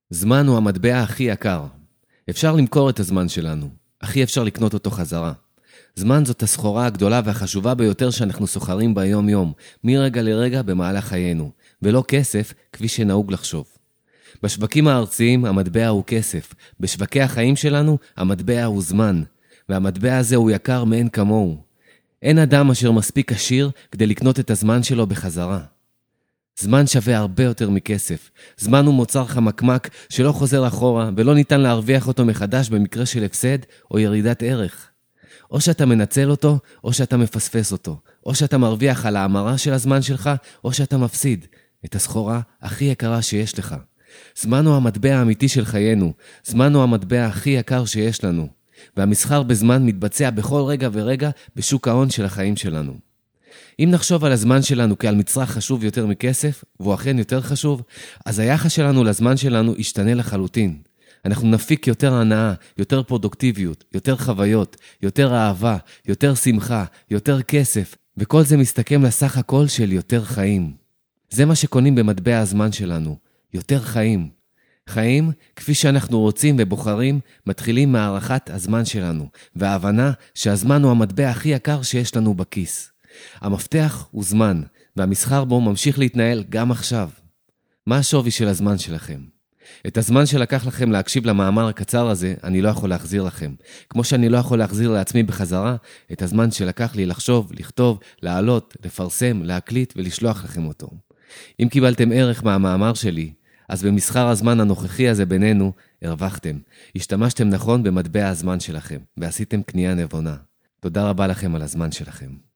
זמן הוא המטבע הכי יקר. אפשר למכור את הזמן שלנו, אך אי אפשר לקנות אותו חזרה. זמן זאת הסחורה הגדולה והחשובה ביותר שאנחנו סוחרים ביום יום, מרגע לרגע במהלך חיינו, ולא כסף כפי שנהוג לחשוב. בשווקים הארציים המטבע הוא כסף, בשווקי החיים שלנו המטבע הוא זמן, והמטבע הזה הוא יקר מאין כמוהו. אין אדם אשר מספיק עשיר כדי לקנות את הזמן שלו בחזרה. זמן שווה הרבה יותר מכסף. זמן הוא מוצר חמקמק שלא חוזר אחורה ולא ניתן להרוויח אותו מחדש במקרה של הפסד או ירידת ערך. או שאתה מנצל אותו או שאתה מפספס אותו. או שאתה מרוויח על ההמרה של הזמן שלך או שאתה מפסיד את הסחורה הכי יקרה שיש לך. זמן הוא המטבע האמיתי של חיינו. זמן הוא המטבע הכי יקר שיש לנו. והמסחר בזמן מתבצע בכל רגע ורגע בשוק ההון של החיים שלנו. אם נחשוב על הזמן שלנו כעל מצרך חשוב יותר מכסף, והוא אכן יותר חשוב, אז היחס שלנו לזמן שלנו ישתנה לחלוטין. אנחנו נפיק יותר הנאה, יותר פרודוקטיביות, יותר חוויות, יותר אהבה, יותר שמחה, יותר כסף, וכל זה מסתכם לסך הכל של יותר חיים. זה מה שקונים במטבע הזמן שלנו, יותר חיים. חיים, כפי שאנחנו רוצים ובוחרים, מתחילים מהערכת הזמן שלנו, וההבנה שהזמן הוא המטבע הכי יקר שיש לנו בכיס. המפתח הוא זמן, והמסחר בו ממשיך להתנהל גם עכשיו. מה השווי של הזמן שלכם? את הזמן שלקח לכם להקשיב למאמר הקצר הזה, אני לא יכול להחזיר לכם. כמו שאני לא יכול להחזיר לעצמי בחזרה, את הזמן שלקח לי לחשוב, לכתוב, לעלות, לפרסם, להקליט ולשלוח לכם אותו. אם קיבלתם ערך מהמאמר שלי, אז במסחר הזמן הנוכחי הזה בינינו, הרווחתם. השתמשתם נכון במטבע הזמן שלכם, ועשיתם קנייה נבונה. תודה רבה לכם על הזמן שלכם.